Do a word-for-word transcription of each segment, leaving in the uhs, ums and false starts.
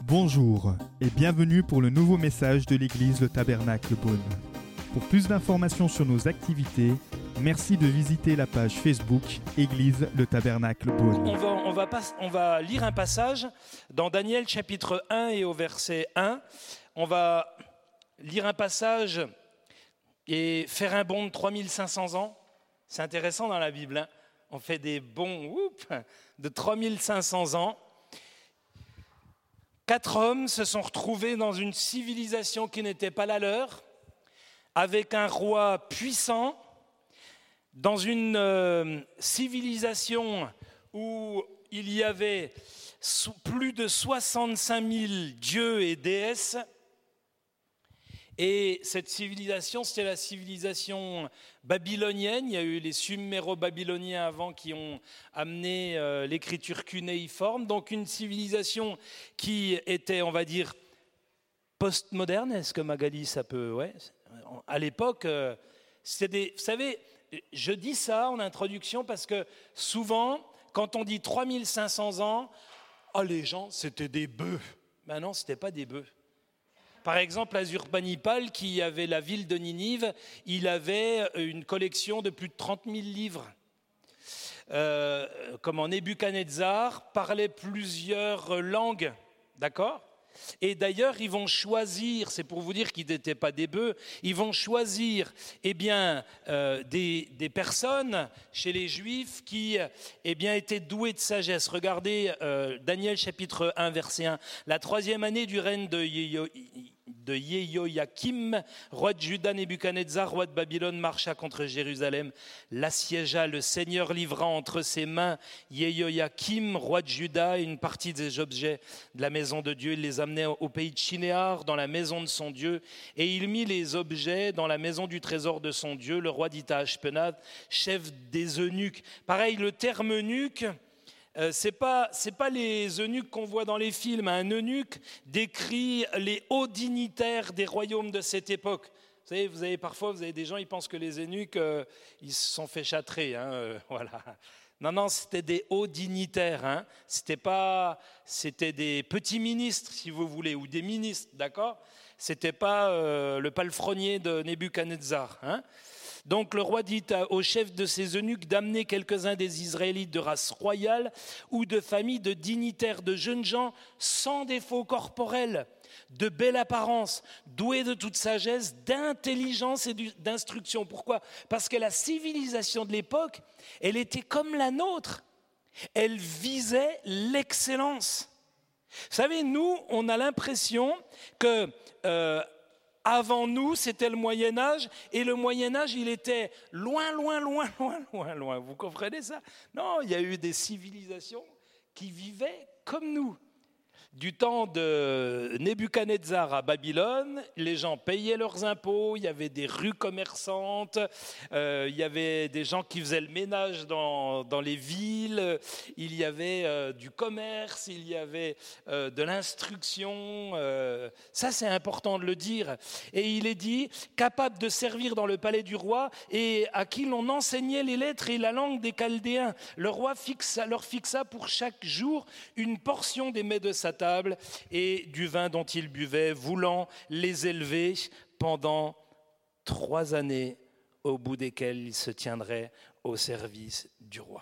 Bonjour et bienvenue pour le nouveau message de l'église Le Tabernacle Beaune. Pour plus d'informations sur nos activités, merci de visiter la page Facebook Église Le Tabernacle Beaune. On va, on, va pas, on va lire un passage dans Daniel chapitre un et au verset un. On va lire un passage et faire un bond de trois mille cinq cents ans. C'est intéressant dans la Bible, hein. On fait des bonds oups, de trois mille cinq cents ans. Quatre hommes se sont retrouvés dans une civilisation qui n'était pas la leur, avec un roi puissant, dans une euh, civilisation où il y avait plus de soixante-cinq mille dieux et déesses. Et cette civilisation, c'était la civilisation babylonienne. Il y a eu les Suméro-Babyloniens avant qui ont amené euh, l'écriture cunéiforme. Donc une civilisation qui était, on va dire, post-moderne. Est-ce que Magali, ça peut... Ouais. À l'époque, euh, c'était des... Vous savez, je dis ça en introduction parce que souvent, quand on dit trois mille cinq cents ans, oh, les gens, c'était des bœufs. Ben non, ce n'était pas des bœufs. Par exemple, Azurbanipal, qui avait la ville de Ninive, il avait une collection de plus de trente mille livres. Euh, comment Nebuchadnezzar parlait plusieurs langues, d'accord ? Et d'ailleurs, ils vont choisir, c'est pour vous dire qu'ils n'étaient pas des bœufs, ils vont choisir eh bien, euh, des, des personnes chez les Juifs qui eh bien, étaient douées de sagesse. Regardez euh, Daniel chapitre un, verset un. La troisième année du règne de Yeho- de Yehoyakim, roi de Juda, Nebuchadnezzar, roi de Babylone, marcha contre Jérusalem, l'assiégea, le Seigneur livra entre ses mains Yehoyakim, roi de Juda, et une partie des objets de la maison de Dieu. Il les amenait au pays de Shinéar, dans la maison de son Dieu, et il mit les objets dans la maison du trésor de son Dieu. Le roi dit à Ashpenaz, chef des eunuques. Pareil, le terme eunuque, Euh, ce n'est pas, c'est pas les eunuques qu'on voit dans les films. Un eunuque décrit les hauts dignitaires des royaumes de cette époque. Vous savez, vous avez, parfois, vous avez des gens, ils pensent que les eunuques, euh, ils se sont fait châtrer. Hein, euh, voilà. Non, non, c'était des hauts dignitaires. Hein. C'était pas, c'était des petits ministres, si vous voulez, ou des ministres, d'accord ? C'était pas euh, le palefrenier de Nebuchadnezzar. Hein. Donc le roi dit au chef de ses eunuques d'amener quelques-uns des Israélites de race royale ou de famille, de dignitaires, de jeunes gens sans défaut corporel, de belle apparence, doués de toute sagesse, d'intelligence et d'instruction. Pourquoi ? Parce que la civilisation de l'époque, elle était comme la nôtre. Elle visait l'excellence. Vous savez, nous, on a l'impression que... Euh, Avant nous, c'était le Moyen-Âge, et le Moyen-Âge, il était loin, loin, loin, loin, loin, loin. Vous comprenez ça ? Non, il y a eu des civilisations qui vivaient comme nous. Du temps de Nebuchadnezzar à Babylone, les gens payaient leurs impôts, il y avait des rues commerçantes, euh, il y avait des gens qui faisaient le ménage dans, dans les villes, il y avait euh, du commerce, il y avait euh, de l'instruction. Euh, ça, c'est important de le dire. Et il est dit, capable de servir dans le palais du roi et à qui l'on enseignait les lettres et la langue des Chaldéens. Le roi fixa, leur fixa pour chaque jour une portion des mets de sa table et du vin dont ils buvaient, voulant les élever pendant trois années, au bout desquelles ils se tiendraient au service du roi.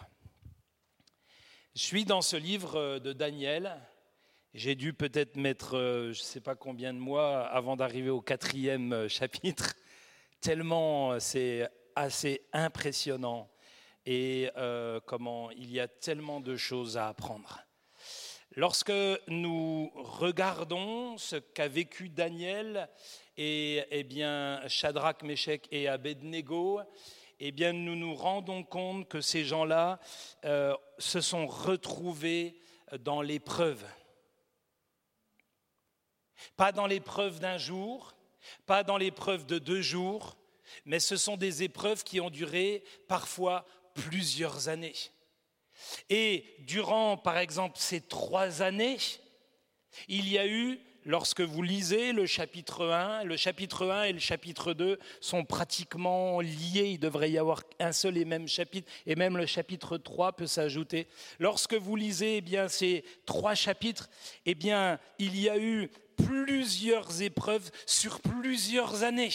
Je suis dans ce livre de Daniel. J'ai dû peut-être mettre, je ne sais pas combien de mois avant d'arriver au quatrième chapitre, tellement c'est assez impressionnant et euh, comment il y a tellement de choses à apprendre. Lorsque nous regardons ce qu'a vécu Daniel et eh bien, Shadrach, Meshach et Abednego, eh bien, nous nous rendons compte que ces gens-là euh, se sont retrouvés dans l'épreuve. Pas dans l'épreuve d'un jour, pas dans l'épreuve de deux jours, mais ce sont des épreuves qui ont duré parfois plusieurs années. Et durant, par exemple, ces trois années, il y a eu lorsque vous lisez le chapitre un, le chapitre un et le chapitre deux sont pratiquement liés. Il devrait y avoir un seul et même chapitre, et même le chapitre trois peut s'ajouter. Lorsque vous lisez eh bien, ces trois chapitres, eh bien, il y a eu plusieurs épreuves sur plusieurs années.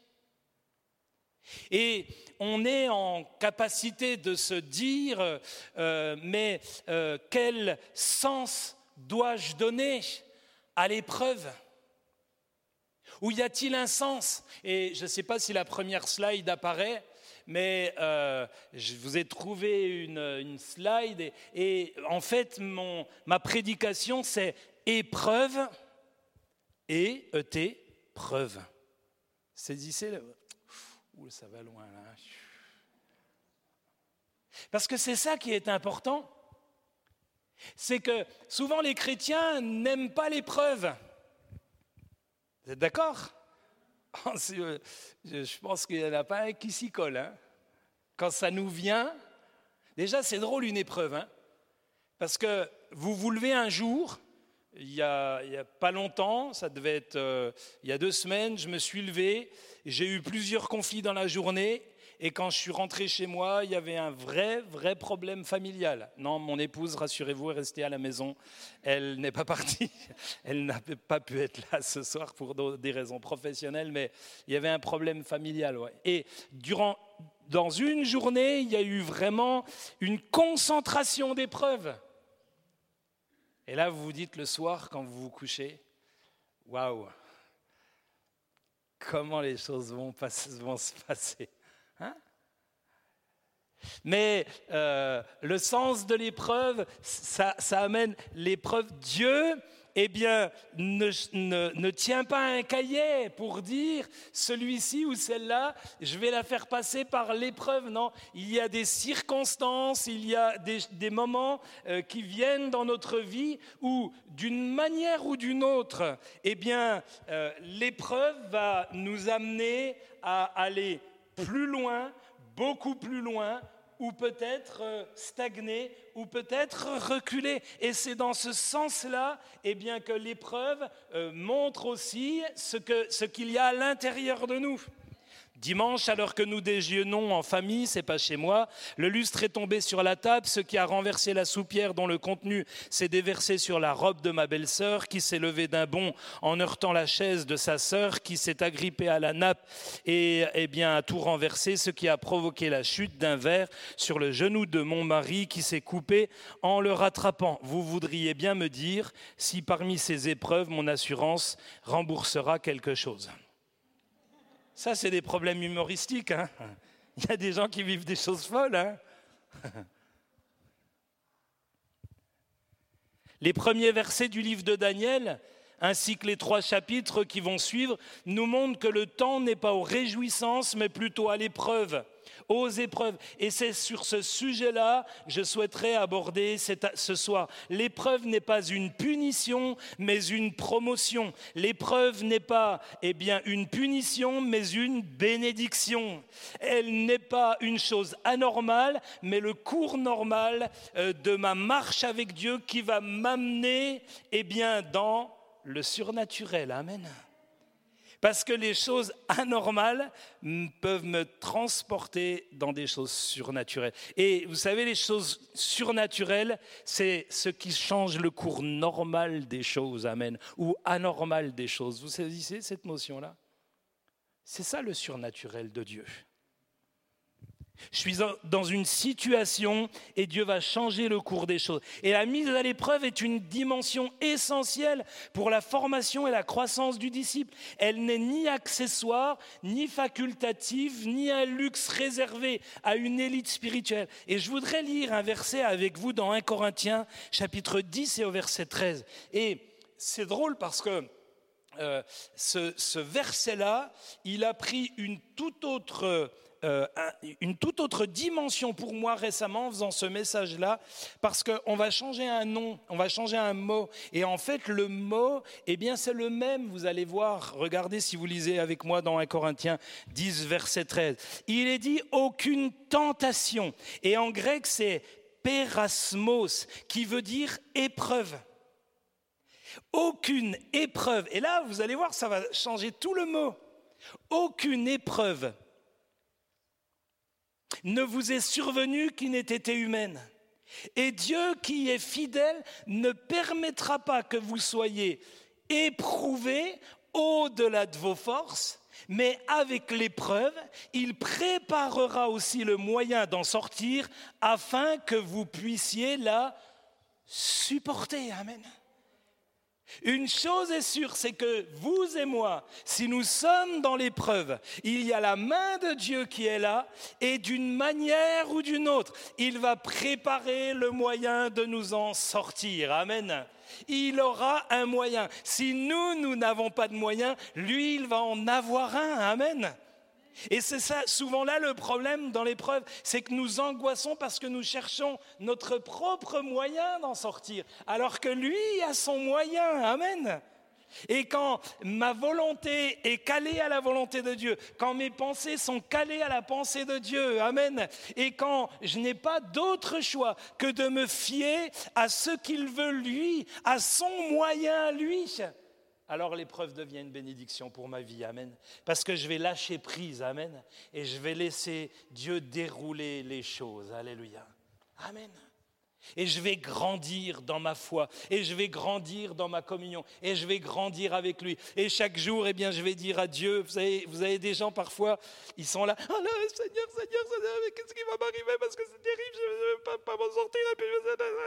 Et on est en capacité de se dire, euh, mais euh, quel sens dois-je donner à l'épreuve? Où y a-t-il un sens? Et je ne sais pas si la première slide apparaît, mais euh, je vous ai trouvé une, une slide et, et en fait, mon, ma prédication, c'est épreuve et E T, preuve. Saisissez le... Ouh, ça va loin là. Parce que c'est ça qui est important. C'est que souvent les chrétiens n'aiment pas l'épreuve. Vous êtes d'accord? Je pense qu'il n'y en a pas un qui s'y colle. Hein. Quand ça nous vient, déjà c'est drôle une épreuve. Hein, parce que vous vous levez un jour, il n'y a, a pas longtemps, ça devait être euh, il y a deux semaines, je me suis levé, j'ai eu plusieurs conflits dans la journée. Et quand je suis rentré chez moi, il y avait un vrai, vrai problème familial. Non, mon épouse, rassurez-vous, est restée à la maison. Elle n'est pas partie. Elle n'a pas pu être là ce soir pour des raisons professionnelles, mais il y avait un problème familial. Ouais. Et durant, dans une journée, il y a eu vraiment une concentration d'épreuves. Et là, vous vous dites le soir, quand vous vous couchez, waouh, comment les choses vont, passer, vont se passer. Hein? Mais euh, le sens de l'épreuve, ça, ça amène l'épreuve. Dieu, eh bien, ne, ne, ne tient pas un cahier pour dire celui-ci ou celle-là, je vais la faire passer par l'épreuve. Non, il y a des circonstances, il y a des, des moments euh, qui viennent dans notre vie où, d'une manière ou d'une autre, eh bien, euh, l'épreuve va nous amener à aller plus loin, beaucoup plus loin, ou peut-être euh, stagner, ou peut-être reculer. Et c'est dans ce sens-là eh bien, que l'épreuve euh, montre aussi ce, que, ce qu'il y a à l'intérieur de nous. Dimanche, alors que nous déjeunons en famille, c'est pas chez moi, le lustre est tombé sur la table, ce qui a renversé la soupière dont le contenu s'est déversé sur la robe de ma belle-sœur, qui s'est levée d'un bond en heurtant la chaise de sa sœur, qui s'est agrippée à la nappe et eh bien, a tout renversé, ce qui a provoqué la chute d'un verre sur le genou de mon mari qui s'est coupé en le rattrapant. Vous voudriez bien me dire si parmi ces épreuves, mon assurance remboursera quelque chose. Ça, c'est des problèmes humoristiques. Hein. Il y a des gens qui vivent des choses folles. Hein. Les premiers versets du livre de Daniel, ainsi que les trois chapitres qui vont suivre, nous montrent que le temps n'est pas aux réjouissances, mais plutôt à l'épreuve, aux épreuves. Et c'est sur ce sujet-là que je souhaiterais aborder ce soir. L'épreuve n'est pas une punition, mais une promotion. L'épreuve n'est pas eh bien, une punition, mais une bénédiction. Elle n'est pas une chose anormale, mais le cours normal de ma marche avec Dieu qui va m'amener eh bien, dans le surnaturel. Amen. Parce que les choses anormales peuvent me transporter dans des choses surnaturelles. Et vous savez, les choses surnaturelles, c'est ce qui change le cours normal des choses, amen, ou anormal des choses. Vous saisissez cette notion-là? C'est ça le surnaturel de Dieu. Je suis dans une situation et Dieu va changer le cours des choses. Et la mise à l'épreuve est une dimension essentielle pour la formation et la croissance du disciple. Elle n'est ni accessoire, ni facultative, ni un luxe réservé à une élite spirituelle. Et je voudrais lire un verset avec vous dans un Corinthiens, chapitre dix et au verset treize. Et c'est drôle parce que euh, ce, ce verset-là, il a pris une toute autre... Euh, une toute autre dimension pour moi récemment en faisant ce message-là, parce qu'on va changer un nom, on va changer un mot. Et en fait, le mot, eh bien, c'est le même. Vous allez voir, regardez si vous lisez avec moi dans un Corinthiens dix, verset treize. Il est dit « aucune tentation ». Et en grec, c'est « pérasmos », qui veut dire « épreuve ». Aucune épreuve, et là vous allez voir, ça va changer tout le mot. Aucune épreuve ne vous est survenue qui n'ait été humaine. Et Dieu qui est fidèle ne permettra pas que vous soyez éprouvés au-delà de vos forces, mais avec l'épreuve, il préparera aussi le moyen d'en sortir afin que vous puissiez la supporter. Amen. Une chose est sûre, c'est que vous et moi, si nous sommes dans l'épreuve, il y a la main de Dieu qui est là et d'une manière ou d'une autre, il va préparer le moyen de nous en sortir. Amen. Il aura un moyen. Si nous, nous n'avons pas de moyen, lui, il va en avoir un. Amen. Et c'est ça, souvent là, le problème dans l'épreuve, c'est que nous angoissons parce que nous cherchons notre propre moyen d'en sortir, alors que lui a son moyen. Amen. Et quand ma volonté est calée à la volonté de Dieu, quand mes pensées sont calées à la pensée de Dieu, amen, et quand je n'ai pas d'autre choix que de me fier à ce qu'il veut lui, à son moyen lui, alors l'épreuve devient une bénédiction pour ma vie, amen. Parce que je vais lâcher prise, amen, et je vais laisser Dieu dérouler les choses, alléluia, amen. Et je vais grandir dans ma foi, et je vais grandir dans ma communion, et je vais grandir avec lui. Et chaque jour, eh bien, je vais dire à Dieu, vous avez, vous avez des gens parfois, ils sont là, « Ah là, Seigneur, Seigneur, Seigneur, mais qu'est-ce qui va m'arriver parce que c'est terrible, je ne vais pas, pas m'en sortir. » Et puis,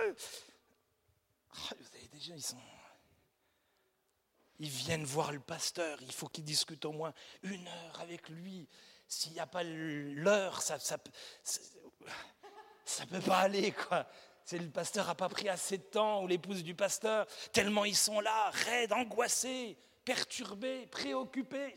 oh, vous avez des gens, ils sont... Ils viennent voir le pasteur, il faut qu'ils discutent au moins une heure avec lui. S'il n'y a pas l'heure, ça ça, ça, ça peut pas aller, quoi. C'est le pasteur n'a pas pris assez de temps, ou l'épouse du pasteur, tellement ils sont là, raides, angoissés, perturbés, préoccupés.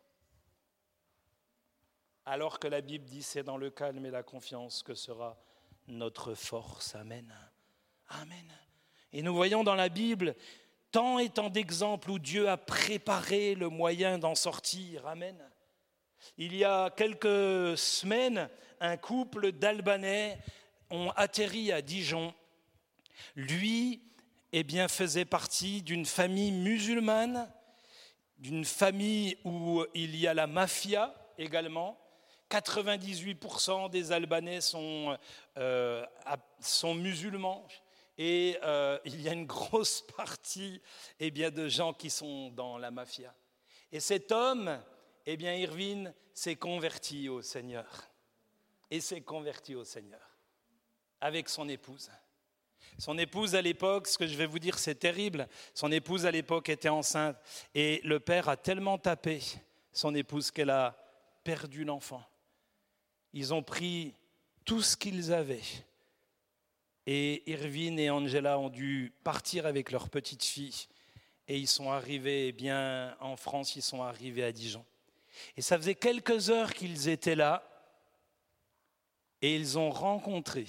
Alors que la Bible dit, c'est dans le calme et la confiance que sera notre force. Amen. Amen. Et nous voyons dans la Bible tant et tant d'exemples où Dieu a préparé le moyen d'en sortir. Amen. Il y a quelques semaines, un couple d'Albanais ont atterri à Dijon. Lui, eh bien, faisait partie d'une famille musulmane, d'une famille où il y a la mafia également. quatre-vingt-dix-huit pour cent des Albanais sont, euh, sont musulmans. Et euh, il y a une grosse partie eh bien, de gens qui sont dans la mafia. Et cet homme, eh bien, Irvine, s'est converti au Seigneur. Et s'est converti au Seigneur avec son épouse. Son épouse à l'époque, ce que je vais vous dire, c'est terrible. Son épouse à l'époque était enceinte. Et le père a tellement tapé son épouse qu'elle a perdu l'enfant. Ils ont pris tout ce qu'ils avaient. Et Irvine et Angela ont dû partir avec leur petite fille. Et ils sont arrivés, eh bien, en France, ils sont arrivés à Dijon. Et ça faisait quelques heures qu'ils étaient là. Et ils ont rencontré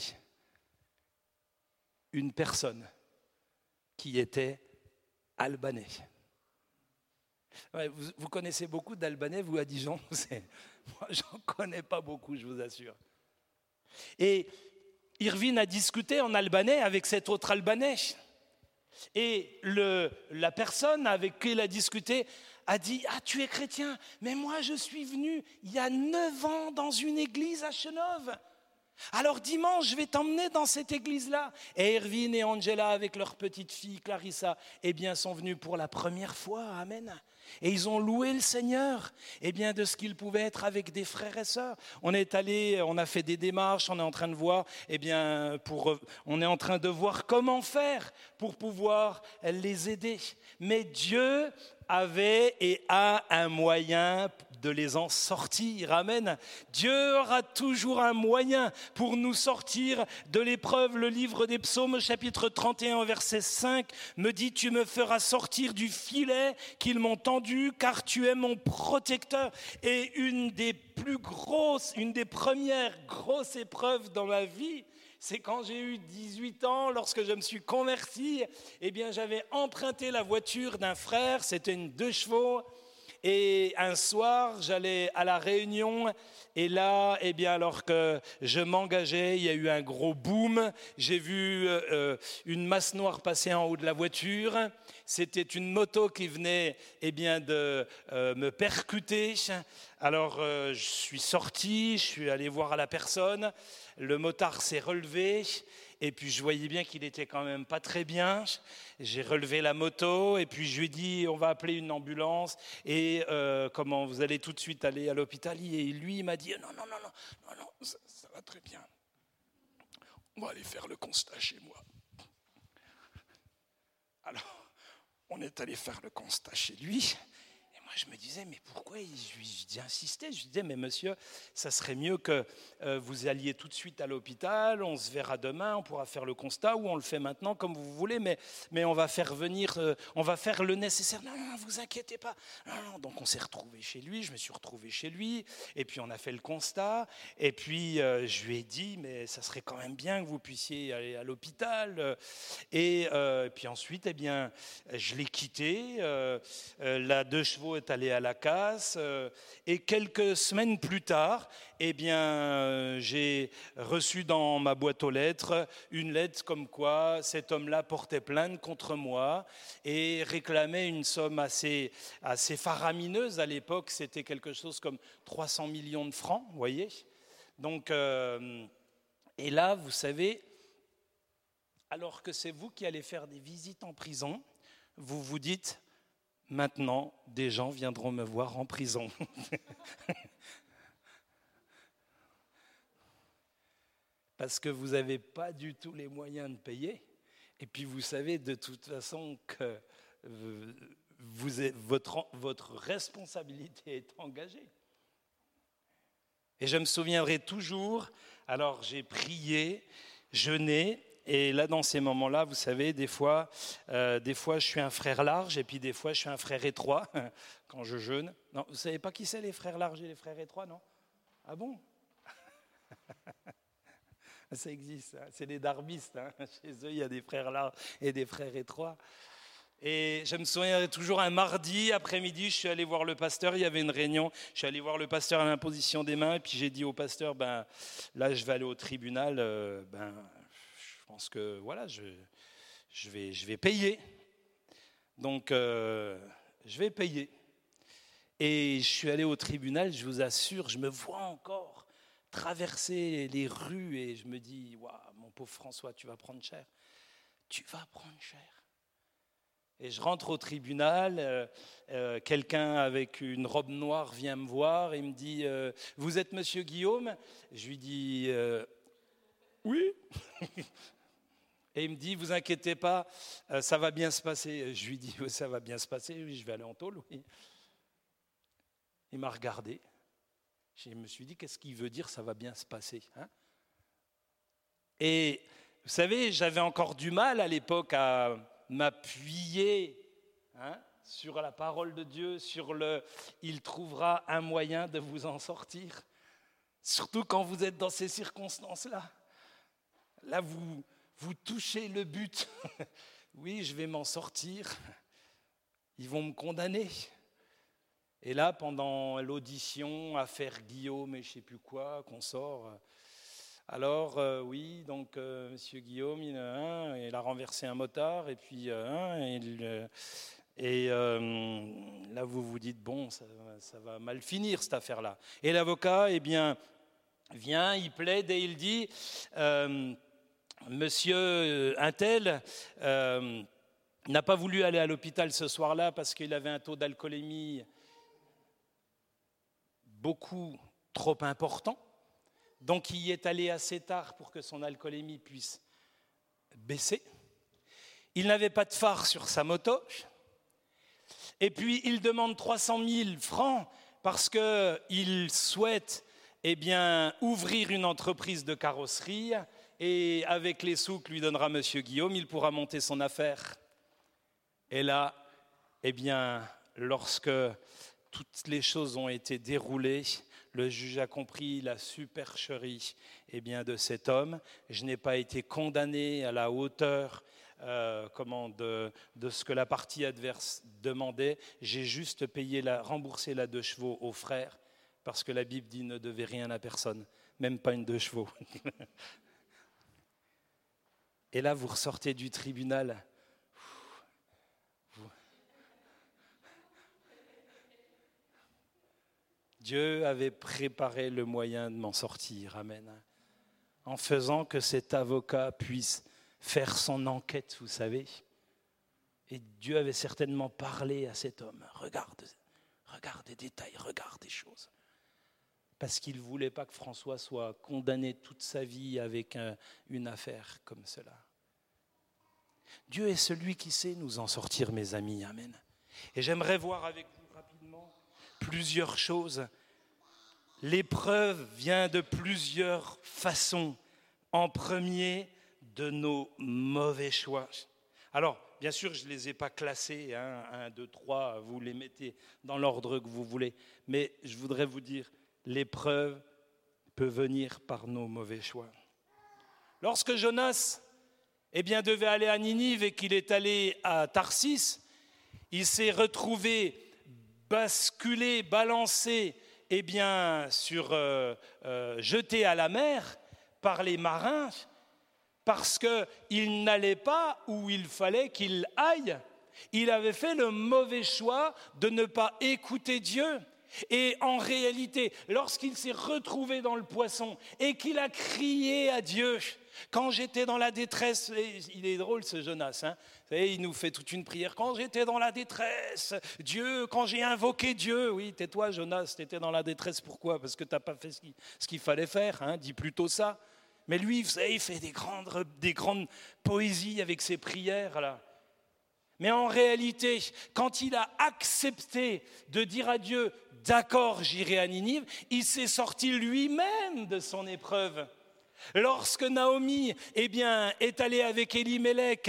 une personne qui était albanais. Ouais, vous, vous connaissez beaucoup d'Albanais, vous, à Dijon? Moi, j'en connais pas beaucoup, je vous assure. Et Irvine a discuté en albanais avec cet autre Albanais. Et le, la personne avec qui il a discuté a dit « Ah, tu es chrétien, mais moi, je suis venu il y a neuf ans dans une église à Chenôve. Alors dimanche, je vais t'emmener dans cette église-là. » Et Irvine et Angela, avec leur petite fille Clarissa, eh bien, sont venus pour la première fois. Amen. Et ils ont loué le Seigneur, eh bien, de ce qu'ils pouvaient être avec des frères et sœurs. On est allé, on a fait des démarches, on est en train de voir, eh bien, pour, on est en train de voir comment faire pour pouvoir les aider. Mais Dieu avait et a un moyen de les en sortir. Amen. Dieu aura toujours un moyen pour nous sortir de l'épreuve. Le livre des Psaumes, chapitre trente et un, verset cinq, me dit « Tu me feras sortir du filet qu'ils m'ont tendu, car tu es mon protecteur. » Et une des plus grosses, une des premières grosses épreuves dans ma vie, c'est quand j'ai eu dix-huit ans, lorsque je me suis converti, eh bien, j'avais emprunté la voiture d'un frère, c'était une deux chevaux, Et un soir, j'allais à la Réunion, et là, eh bien, alors que je m'engageais, il y a eu un gros boom. J'ai vu euh, une masse noire passer en haut de la voiture. C'était une moto qui venait, eh bien, de euh, me percuter. Alors, euh, je suis sorti, je suis allé voir la personne. Le motard s'est relevé. Et puis je voyais bien qu'il était quand même pas très bien. J'ai relevé la moto et puis je lui ai dit on va appeler une ambulance et euh, comment vous allez tout de suite aller à l'hôpital. Et lui il m'a dit non non non non non non ça, ça va très bien. On va aller faire le constat chez moi. Alors on est allé faire le constat chez lui. Je me disais, mais pourquoi j'insistais? Je disais, mais monsieur, ça serait mieux que euh, vous alliez tout de suite à l'hôpital, on se verra demain, on pourra faire le constat, ou on le fait maintenant comme vous voulez, mais, mais on va faire venir, euh, on va faire le nécessaire. Non, non, vous inquiétez pas. Non, non. Donc on s'est retrouvé chez lui, je me suis retrouvé chez lui, et puis on a fait le constat, et puis euh, je lui ai dit, mais ça serait quand même bien que vous puissiez aller à l'hôpital. Et, euh, et puis ensuite, eh bien, je l'ai quitté, euh, euh, la deux chevaux est allé à la casse euh, et quelques semaines plus tard, eh bien, euh, j'ai reçu dans ma boîte aux lettres une lettre comme quoi cet homme-là portait plainte contre moi et réclamait une somme assez, assez faramineuse. À l'époque, c'était quelque chose comme trois cents millions de francs, vous voyez. Donc, euh, et là, vous savez, alors que c'est vous qui allez faire des visites en prison, vous vous dites... Maintenant, des gens viendront me voir en prison. Parce que vous n'avez pas du tout les moyens de payer. Et puis vous savez de toute façon que vous êtes, votre, votre responsabilité est engagée. Et je me souviendrai toujours, alors j'ai prié, jeûné, et là, dans ces moments-là, vous savez, des fois, euh, des fois, je suis un frère large et puis des fois, je suis un frère étroit quand je jeûne. Non, vous ne savez pas qui c'est, les frères larges et les frères étroits, non? Ah bon? Ça existe, hein. C'est des darbistes. Hein. Chez eux, il y a des frères larges et des frères étroits. Et je me souviens toujours un mardi après-midi, je suis allé voir le pasteur, il y avait une réunion, je suis allé voir le pasteur à l'imposition des mains et puis j'ai dit au pasteur, ben, là, je vais aller au tribunal, euh, ben... Je pense que voilà, je, je, vais, je vais payer. Donc, euh, je vais payer. Et je suis allé au tribunal, je vous assure, je me vois encore traverser les rues et je me dis, waouh, mon pauvre François, tu vas prendre cher. Tu vas prendre cher. Et je rentre au tribunal, euh, euh, quelqu'un avec une robe noire vient me voir et me dit, euh, vous êtes monsieur Guillaume? Je lui dis, euh, oui. Et il me dit, vous inquiétez pas, euh, ça va bien se passer. Je lui dis, oui, ça va bien se passer, oui, je vais aller en tôle, oui. Il m'a regardé. Je me suis dit, qu'est-ce qu'il veut dire, ça va bien se passer, hein? Et vous savez, j'avais encore du mal à l'époque à m'appuyer hein, sur la parole de Dieu, sur le « il trouvera un moyen de vous en sortir ». Surtout quand vous êtes dans ces circonstances-là. Là, vous... Vous touchez le but. Oui, je vais m'en sortir. Ils vont me condamner. Et là, pendant l'audition, affaire Guillaume et je ne sais plus quoi, qu'on sort. Alors, euh, oui, donc, euh, monsieur Guillaume, il, hein, il a renversé un motard. Et puis, hein, il, euh, et euh, là, vous vous dites, bon, ça, ça va mal finir, cette affaire-là. Et l'avocat, eh bien, vient, il plaide et il dit... Euh, Monsieur Untel euh, n'a pas voulu aller à l'hôpital ce soir-là parce qu'il avait un taux d'alcoolémie beaucoup trop important. Donc il y est allé assez tard pour que son alcoolémie puisse baisser. Il n'avait pas de phare sur sa moto. Et puis il demande trois cent mille francs parce qu'il souhaite eh bien, ouvrir une entreprise de carrosserie. Et avec les sous que lui donnera monsieur Guillaume, il pourra monter son affaire. Et là, eh bien, lorsque toutes les choses ont été déroulées, le juge a compris la supercherie eh bien, de cet homme. Je n'ai pas été condamné à la hauteur euh, comment, de, de ce que la partie adverse demandait. J'ai juste payé la, remboursé la deux chevaux aux frères, parce que la Bible dit ne devez rien à personne, même pas une deux chevaux. Et là, vous ressortez du tribunal. Vous... Dieu avait préparé le moyen de m'en sortir, amen. En faisant que cet avocat puisse faire son enquête, vous savez. Et Dieu avait certainement parlé à cet homme. Regarde, regarde des détails, regarde des choses. Parce qu'il ne voulait pas que François soit condamné toute sa vie avec un, une affaire comme cela. Dieu est celui qui sait nous en sortir, mes amis. Amen. Et j'aimerais voir avec vous rapidement plusieurs choses. L'épreuve vient de plusieurs façons. En premier, de nos mauvais choix. Alors, bien sûr, je ne les ai pas classés, hein, un, deux, trois, vous les mettez dans l'ordre que vous voulez. Mais je voudrais vous dire, l'épreuve peut venir par nos mauvais choix. Lorsque Jonas eh bien, devait aller à Ninive et qu'il est allé à Tarsis, il s'est retrouvé basculé, balancé, eh bien, sur, euh, euh, jeté à la mer par les marins parce qu'il n'allait pas où il fallait qu'il aille. Il avait fait le mauvais choix de ne pas écouter Dieu. Et en réalité, lorsqu'il s'est retrouvé dans le poisson et qu'il a crié à Dieu, quand j'étais dans la détresse, il est drôle ce Jonas, hein, vous savez, il nous fait toute une prière, quand j'étais dans la détresse, Dieu, quand j'ai invoqué Dieu, oui, tais-toi Jonas, t'étais dans la détresse, pourquoi ? Parce que t'as pas fait ce qu'il, ce qu'il fallait faire, hein, dis plutôt ça. Mais lui, vous savez, il fait des grandes, des grandes poésies avec ses prières, là. Mais en réalité, quand il a accepté de dire à Dieu, d'accord, j'irai à Ninive, il s'est sorti lui-même de son épreuve. Lorsque Naomi eh bien, est allée avec Élimélec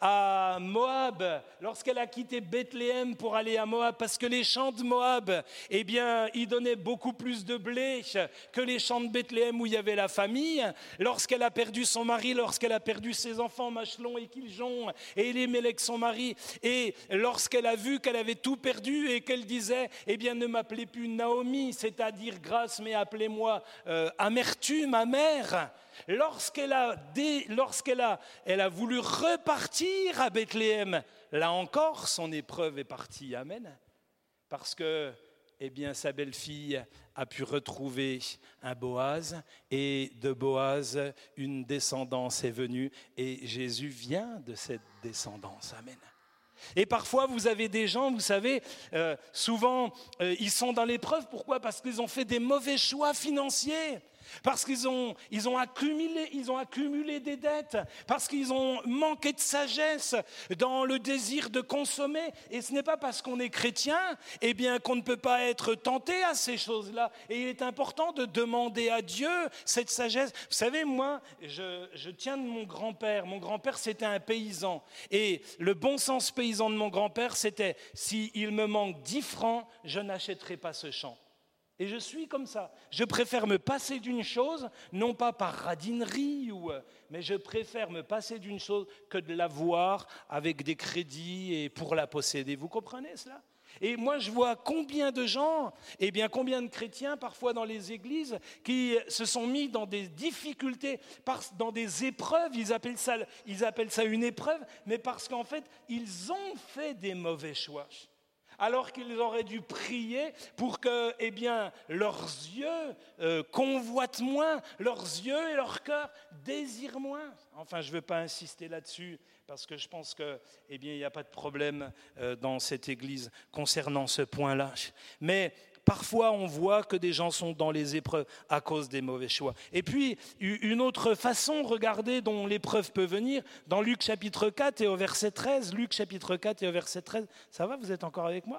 à Moab, lorsqu'elle a quitté Bethléem pour aller à Moab, parce que les champs de Moab, eh bien, ils donnaient beaucoup plus de blé que les champs de Bethléem où il y avait la famille, lorsqu'elle a perdu son mari, lorsqu'elle a perdu ses enfants Machelon et Kiljon et Élimélec son mari, et lorsqu'elle a vu qu'elle avait tout perdu et qu'elle disait, eh bien, ne m'appelez plus Naomi, c'est-à-dire grâce, mais appelez-moi euh, amertume, amère. Lorsqu'elle a, dé, lorsqu'elle a, elle a voulu repartir à Bethléem, là encore, son épreuve est partie. Amen. Parce que, eh bien, sa belle-fille a pu retrouver un Boaz, et de Boaz, une descendance est venue, et Jésus vient de cette descendance. Amen. Et parfois, vous avez des gens, vous savez, euh, souvent, euh, ils sont dans l'épreuve. Pourquoi ? Parce qu'ils ont fait des mauvais choix financiers. Parce qu'ils ont, ils ont accumulé, ils ont accumulé des dettes, parce qu'ils ont manqué de sagesse dans le désir de consommer. Et ce n'est pas parce qu'on est chrétien eh bien, qu'on ne peut pas être tenté à ces choses-là. Et il est important de demander à Dieu cette sagesse. Vous savez, moi, je, je tiens de mon grand-père. Mon grand-père, c'était un paysan. Et le bon sens paysan de mon grand-père, c'était « s'il me manque dix francs, je n'achèterai pas ce champ ». Et je suis comme ça. Je préfère me passer d'une chose, non pas par radinerie, ou, mais je préfère me passer d'une chose que de l'avoir avec des crédits et pour la posséder. Vous comprenez cela ? Et moi, je vois combien de gens, eh bien, combien de chrétiens, parfois dans les églises, qui se sont mis dans des difficultés, dans des épreuves. Ils appellent ça, ils appellent ça une épreuve, mais parce qu'en fait, ils ont fait des mauvais choix. Alors qu'ils auraient dû prier pour que eh bien, leurs yeux euh, convoitent moins, leurs yeux et leur cœur désirent moins. Enfin, je ne veux pas insister là-dessus, parce que je pense qu'il eh bien, n'y a pas de problème euh, dans cette église concernant ce point-là. Mais parfois, on voit que des gens sont dans les épreuves à cause des mauvais choix. Et puis, une autre façon, regardez, dont l'épreuve peut venir, dans Luc chapitre quatre et au verset treize. Luc chapitre quatre et au verset treize. Ça va, vous êtes encore avec moi ?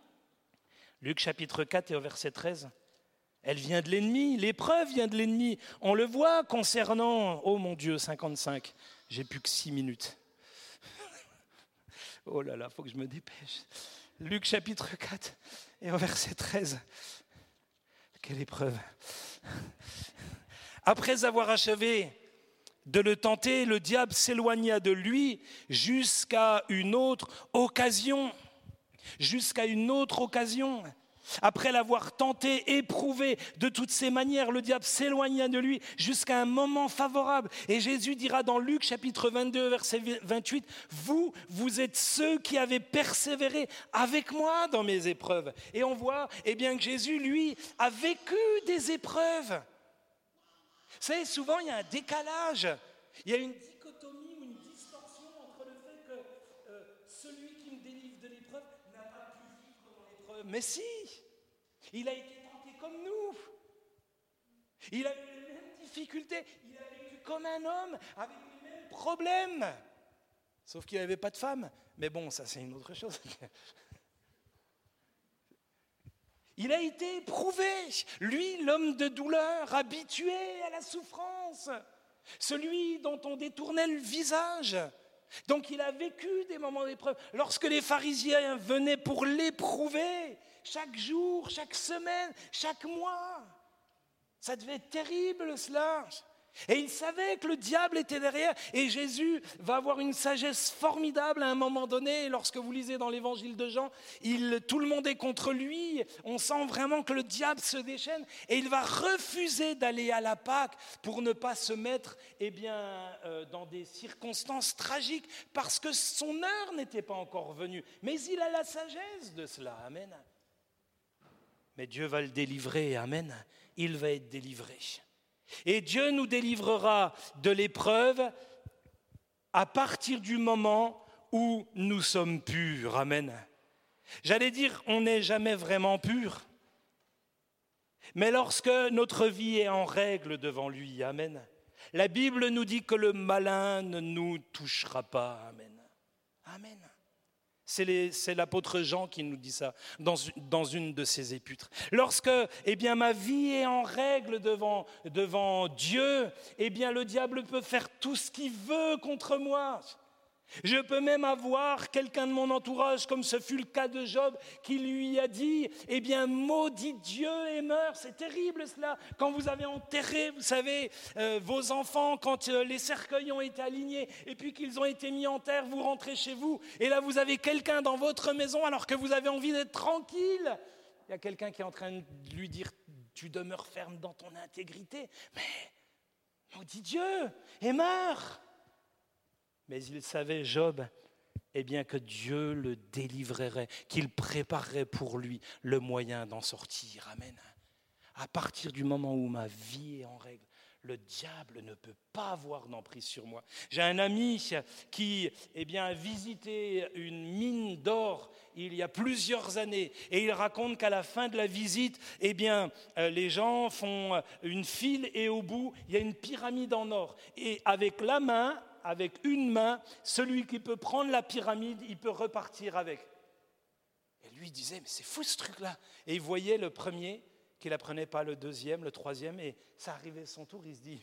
Luc chapitre quatre et au verset treize. Elle vient de l'ennemi, l'épreuve vient de l'ennemi. On le voit concernant, oh mon Dieu, cinquante-cinq. J'ai plus que six minutes. Oh là là, il faut que je me dépêche. Luc chapitre quatre et au verset treize. Quelle épreuve. Après avoir achevé de le tenter, le diable s'éloigna de lui jusqu'à une autre occasion. Jusqu'à une autre occasion. Après l'avoir tenté, éprouvé de toutes ses manières, le diable s'éloigna de lui jusqu'à un moment favorable. Et Jésus dira dans Luc chapitre vingt-deux, verset vingt-huit, « Vous, vous êtes ceux qui avez persévéré avec moi dans mes épreuves. » Et on voit eh bien, que Jésus, lui, a vécu des épreuves. Vous savez, souvent, il y a un décalage. Il y a une dichotomie ou une distorsion entre le fait que euh, celui qui me délivre de l'épreuve n'a pas pu vivre dans l'épreuve. Mais si, il a été tenté comme nous. Il a eu les mêmes difficultés. Il a vécu comme un homme avec les mêmes problèmes. Sauf qu'il n'avait pas de femme. Mais bon, ça c'est une autre chose. Il a été éprouvé. Lui, l'homme de douleur, habitué à la souffrance. Celui dont on détournait le visage. Donc il a vécu des moments d'épreuve. Lorsque les pharisiens venaient pour l'éprouver, chaque jour, chaque semaine, chaque mois, ça devait être terrible cela. Et il savait que le diable était derrière. Et Jésus va avoir une sagesse formidable à un moment donné. Lorsque vous lisez dans l'évangile de Jean, il, tout le monde est contre lui. On sent vraiment que le diable se déchaîne. Et il va refuser d'aller à la Pâque pour ne pas se mettre eh bien, euh, dans des circonstances tragiques. Parce que son heure n'était pas encore venue. Mais il a la sagesse de cela. Amen. Mais Dieu va le délivrer. Amen. Il va être délivré. Et Dieu nous délivrera de l'épreuve à partir du moment où nous sommes purs. Amen. J'allais dire, on n'est jamais vraiment pur. Mais lorsque notre vie est en règle devant lui, amen. La Bible nous dit que le malin ne nous touchera pas. Amen. Amen. C'est, les, c'est l'apôtre Jean qui nous dit ça dans, dans une de ses épîtres. Lorsque eh bien, ma vie est en règle devant, devant Dieu, eh bien, le diable peut faire tout ce qu'il veut contre moi. Je peux même avoir quelqu'un de mon entourage, comme ce fut le cas de Job, qui lui a dit, eh bien, maudit Dieu et meurs. C'est terrible cela. Quand vous avez enterré, vous savez, euh, vos enfants, quand euh, les cercueils ont été alignés et puis qu'ils ont été mis en terre, vous rentrez chez vous. Et là, vous avez quelqu'un dans votre maison alors que vous avez envie d'être tranquille. Il y a quelqu'un qui est en train de lui dire, tu demeures ferme dans ton intégrité. Mais maudit Dieu et meurs. Mais il savait, Job, eh bien, que Dieu le délivrerait, qu'il préparerait pour lui le moyen d'en sortir. Amen. À partir du moment où ma vie est en règle, le diable ne peut pas avoir d'emprise sur moi. J'ai un ami qui eh bien, a visité une mine d'or il y a plusieurs années et il raconte qu'à la fin de la visite, eh bien, les gens font une file et au bout, il y a une pyramide en or. Et avec la main, avec une main, celui qui peut prendre la pyramide, il peut repartir avec. Et lui, il disait, mais c'est fou ce truc-là. Et il voyait le premier qui ne la prenait pas, le deuxième, le troisième, et ça arrivait à son tour, il se dit,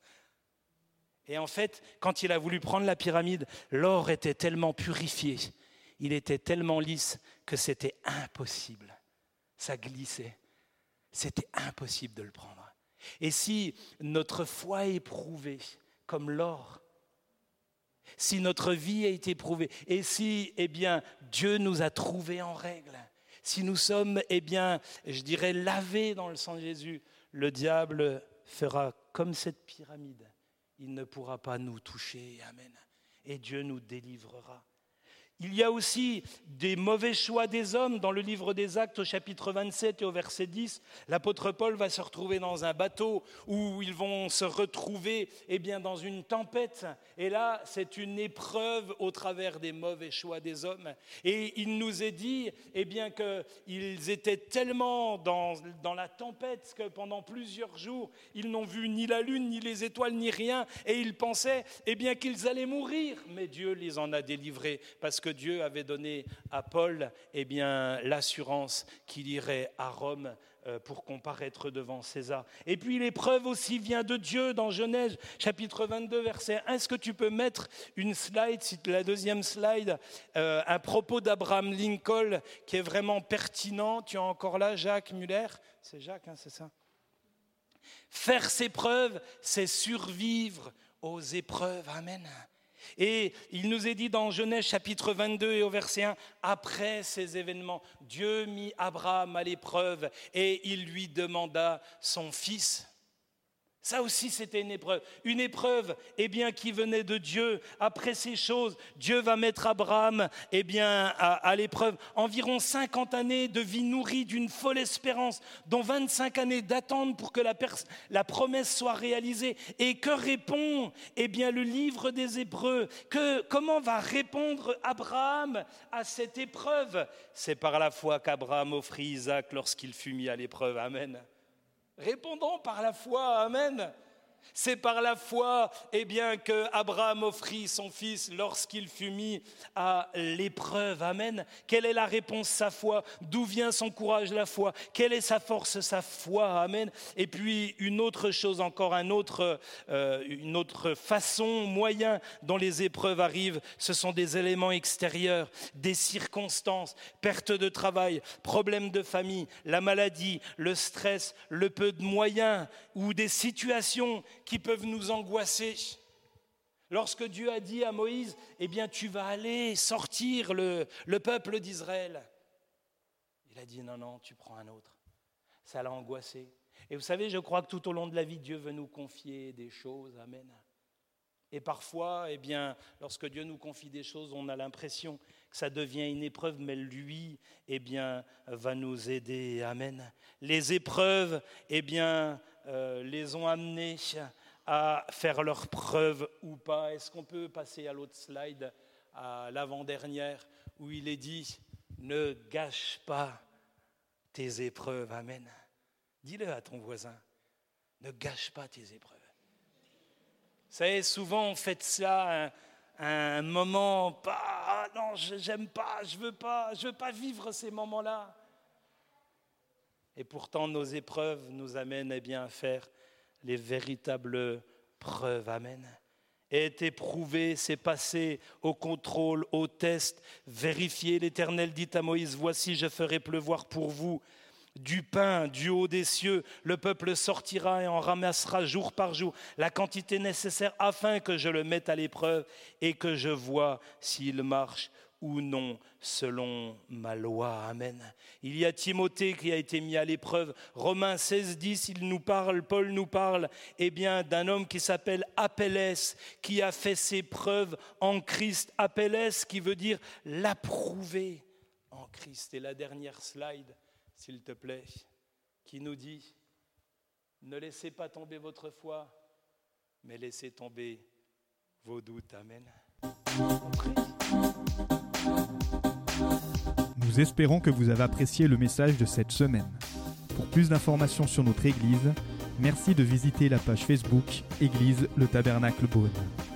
et en fait, quand il a voulu prendre la pyramide, l'or était tellement purifié, il était tellement lisse que c'était impossible. Ça glissait. C'était impossible de le prendre. Et si notre foi est éprouvée comme l'or, si notre vie a été éprouvée, et si eh bien, Dieu nous a trouvés en règle, si nous sommes, eh bien, je dirais, lavés dans le sang de Jésus, le diable fera comme cette pyramide. Il ne pourra pas nous toucher. Amen. Et Dieu nous délivrera. Il y a aussi des mauvais choix des hommes. Dans le livre des Actes, au chapitre vingt-sept et au verset dix, l'apôtre Paul va se retrouver dans un bateau où ils vont se retrouver eh bien, dans une tempête. Et là, c'est une épreuve au travers des mauvais choix des hommes. Et il nous est dit eh bien, qu'ils étaient tellement dans, dans la tempête que pendant plusieurs jours, ils n'ont vu ni la lune, ni les étoiles, ni rien. Et ils pensaient eh bien, qu'ils allaient mourir. Mais Dieu les en a délivrés parce que Dieu avait donné à Paul eh bien, l'assurance qu'il irait à Rome euh, pour comparaître devant César. Et puis l'épreuve aussi vient de Dieu dans Genèse, chapitre vingt-deux, verset un. Est-ce que tu peux mettre une slide, la deuxième slide, euh, un propos d'Abraham Lincoln qui est vraiment pertinent. Tu es encore là, Jacques Muller? C'est Jacques, hein, c'est ça? Faire ses preuves, c'est survivre aux épreuves. Amen. Et il nous est dit dans Genèse chapitre vingt-deux et au verset un, après ces événements, Dieu mit Abraham à l'épreuve et il lui demanda son fils. Ça aussi, c'était une épreuve. Une épreuve, eh bien, qui venait de Dieu. Après ces choses, Dieu va mettre Abraham, eh bien, à, à l'épreuve. Environ cinquante années de vie nourrie d'une folle espérance, dont vingt-cinq années d'attente pour que la, pers- la promesse soit réalisée. Et que répond, eh bien, le livre des Hébreux? Que, comment va répondre Abraham à cette épreuve? C'est par la foi qu'Abraham offrit Isaac lorsqu'il fut mis à l'épreuve. Amen. Répondons par la foi, amen. C'est par la foi, eh bien, que Abraham offrit son fils lorsqu'il fut mis à l'épreuve, amen. Quelle est la réponse, sa foi? D'où vient son courage, la foi? Quelle est sa force, sa foi, amen. Et puis une autre chose encore, un autre, euh, une autre façon, moyen dont les épreuves arrivent, ce sont des éléments extérieurs, des circonstances, perte de travail, problèmes de famille, la maladie, le stress, le peu de moyens ou des situations qui peuvent nous angoisser. Lorsque Dieu a dit à Moïse, eh bien tu vas aller sortir le, le peuple d'Israël. Il a dit non, non, tu prends un autre. Ça l'a angoissé. Et vous savez, je crois que tout au long de la vie, Dieu veut nous confier des choses, amen. Et parfois, eh bien, lorsque Dieu nous confie des choses, on a l'impression que ça devient une épreuve, mais lui, eh bien, va nous aider, amen. Les épreuves, eh bien, euh, les ont amenés à faire leurs preuves ou pas. Est-ce qu'on peut passer à l'autre slide, à l'avant-dernière, où il est dit « Ne gâche pas tes épreuves ». Amen. Dis-le à ton voisin. Ne gâche pas tes épreuves. Vous savez, souvent on fait de ça un, un moment, pas, ah non, je, j'aime pas, je veux pas, je veux pas vivre ces moments-là. Et pourtant, nos épreuves nous amènent eh bien, à faire les véritables preuves. Amen. Et être éprouvé, c'est passer au contrôle, au test, vérifier. L'Éternel dit à Moïse, voici, je ferai pleuvoir pour vous du pain du haut des cieux. Le peuple sortira et en ramassera jour par jour la quantité nécessaire afin que je le mette à l'épreuve et que je vois s'il marche ou non selon ma loi. Amen. Il y a Timothée qui a été mis à l'épreuve. Romains seize, dix, il nous parle, Paul nous parle, eh bien, d'un homme qui s'appelle Apelles, qui a fait ses preuves en Christ. Apelles qui veut dire l'approuvé en Christ. Et la dernière slide, s'il te plaît, qui nous dit, ne laissez pas tomber votre foi, mais laissez tomber vos doutes. Amen. Nous espérons que vous avez apprécié le message de cette semaine. Pour plus d'informations sur notre Église, merci de visiter la page Facebook Église le Tabernacle Beaune.